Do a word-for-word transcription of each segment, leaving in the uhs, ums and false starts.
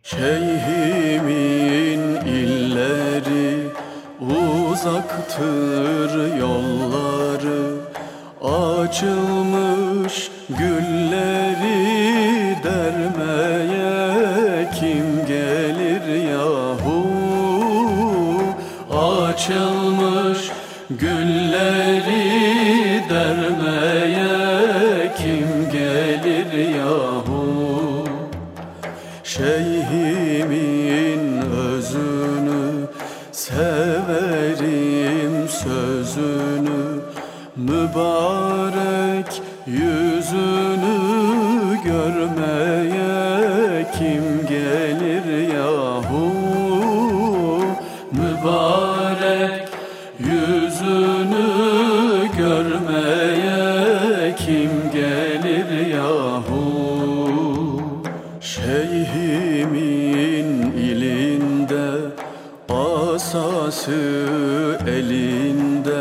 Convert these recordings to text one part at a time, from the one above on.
Şeyhimin illeri uzaktır yolları, açılmış gülleri dermeye kim gelir yahu? Açılmış gülleri dermeye kim gelir yahu? Şeyhimin özünü severim, sözünü, mübarek yüzünü görmeye kim gelir yahu? Mübarek yüzünü görmeye kim gelir yahu? Şeyhimin ilinde, asası elinde,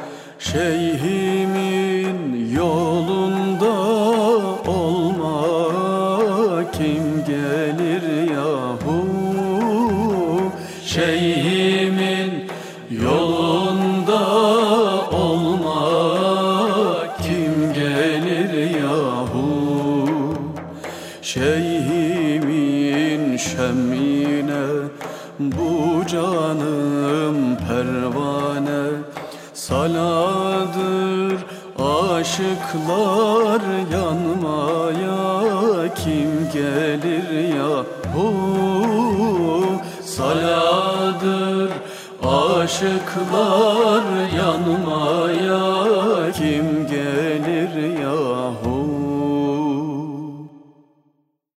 şeyhimin yolunda olma kim gelir yahu? Şeyhimin yolunda olma kim gelir yahu? Şeyhimin şemine bu canım pervane, saladır aşıklar yanmaya kim gelir yahu? Saladır aşıklar yanmaya kim gelir yahu?